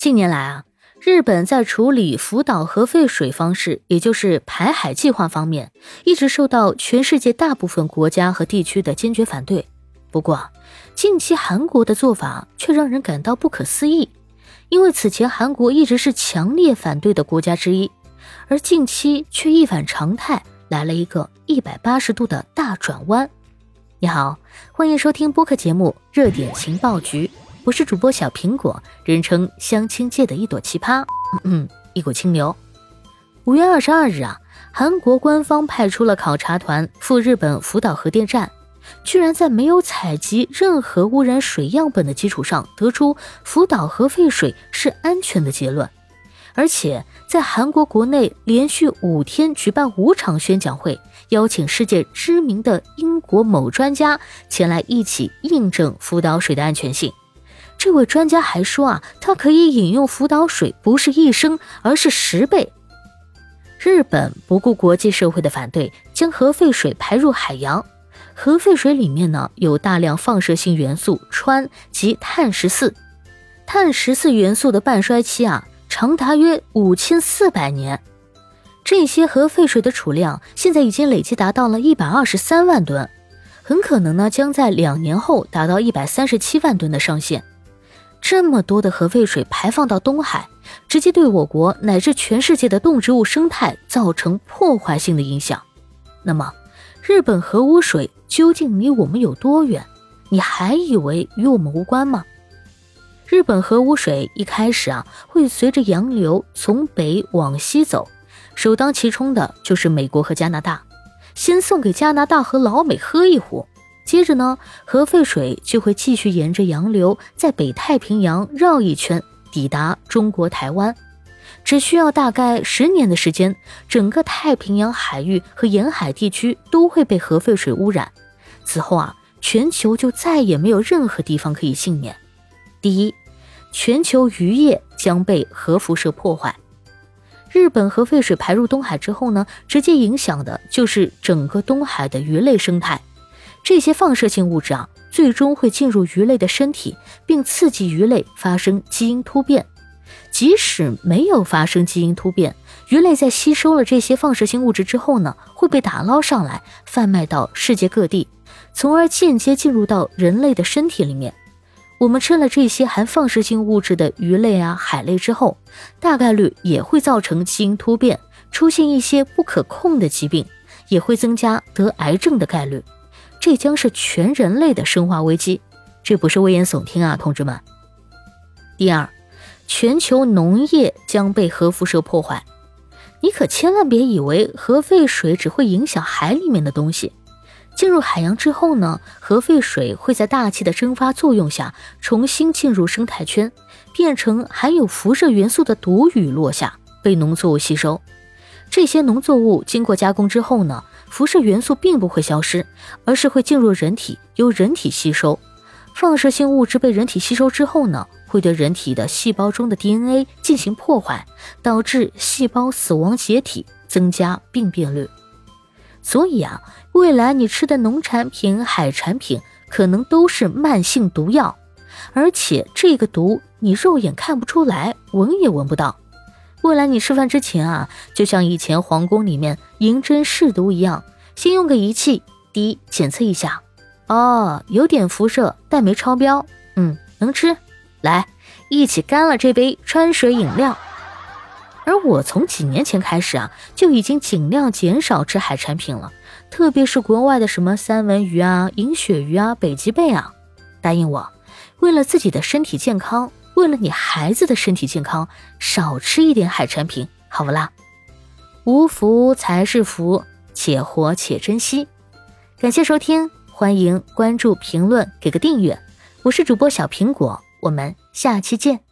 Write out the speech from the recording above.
近年来啊，日本在处理福岛核废水方式，也就是排海计划方面，一直受到全世界大部分国家和地区的坚决反对。不过，近期韩国的做法却让人感到不可思议，因为此前韩国一直是强烈反对的国家之一，而近期却一反常态，来了一个180度的大转弯。你好，欢迎收听播客节目《热点情报局》，我是主播小苹果，人称相亲界的一朵奇葩，一股清流。5月22日啊，韩国官方派出了考察团赴日本福岛核电站，居然在没有采集任何污染水样本的基础上，得出福岛核废水是安全的结论。而且在韩国国内连续5天举办5场宣讲会，邀请世界知名的英国某专家前来一起印证福岛水的安全性。这位专家还说啊，他可以饮用福岛水不是1升，而是10倍。日本不顾国际社会的反对，将核废水排入海洋。核废水里面呢，有大量放射性元素氚及碳14。碳14元素的半衰期啊，长达约5400年。这些核废水的储量现在已经累计达到了123万吨，很可能呢将在2年后达到137万吨的上限。这么多的核废水排放到东海，直接对我国乃至全世界的动植物生态造成破坏性的影响。那么，日本核污水究竟离我们有多远？你还以为与我们无关吗？日本核污水一开始啊，会随着洋流从北往西走，首当其冲的就是美国和加拿大，先送给加拿大和老美喝一壶。接着呢，核废水就会继续沿着洋流在北太平洋绕一圈，抵达中国台湾。只需要大概10年的时间，整个太平洋海域和沿海地区都会被核废水污染。此后啊，全球就再也没有任何地方可以幸免。第一，全球渔业将被核辐射破坏。日本核废水排入东海之后呢，直接影响的就是整个东海的鱼类生态。这些放射性物质啊，最终会进入鱼类的身体，并刺激鱼类发生基因突变。即使没有发生基因突变，鱼类在吸收了这些放射性物质之后呢，会被打捞上来，贩卖到世界各地，从而间接进入到人类的身体里面。我们吃了这些含放射性物质的鱼类啊、海类之后，大概率也会造成基因突变，出现一些不可控的疾病，也会增加得癌症的概率。这将是全人类的生化危机，这不是危言耸听啊，同志们。第二，全球农业将被核辐射破坏。你可千万别以为核废水只会影响海里面的东西。进入海洋之后呢，核废水会在大气的蒸发作用下重新进入生态圈，变成含有辐射元素的毒雨落下，被农作物吸收。这些农作物经过加工之后呢，辐射元素并不会消失，而是会进入人体，由人体吸收。放射性物质被人体吸收之后呢，会对人体的细胞中的 DNA 进行破坏，导致细胞死亡解体，增加病变率。所以啊，未来你吃的农产品、海产品可能都是慢性毒药，而且这个毒你肉眼看不出来，闻也闻不到。未来你吃饭之前啊，就像以前皇宫里面银针试毒一样，先用个仪器检测一下，有点辐射但没超标，能吃，来一起干了这杯川水饮料。而我从几年前开始啊，就已经尽量减少吃海产品了，特别是国外的什么三文鱼啊、银鳕鱼啊、北极贝啊。答应我，为了自己的身体健康，为了你孩子的身体健康，少吃一点海产品，好不啦？无福才是福，且活且珍惜。感谢收听，欢迎关注、评论、给个订阅。我是主播小苹果，我们下期见。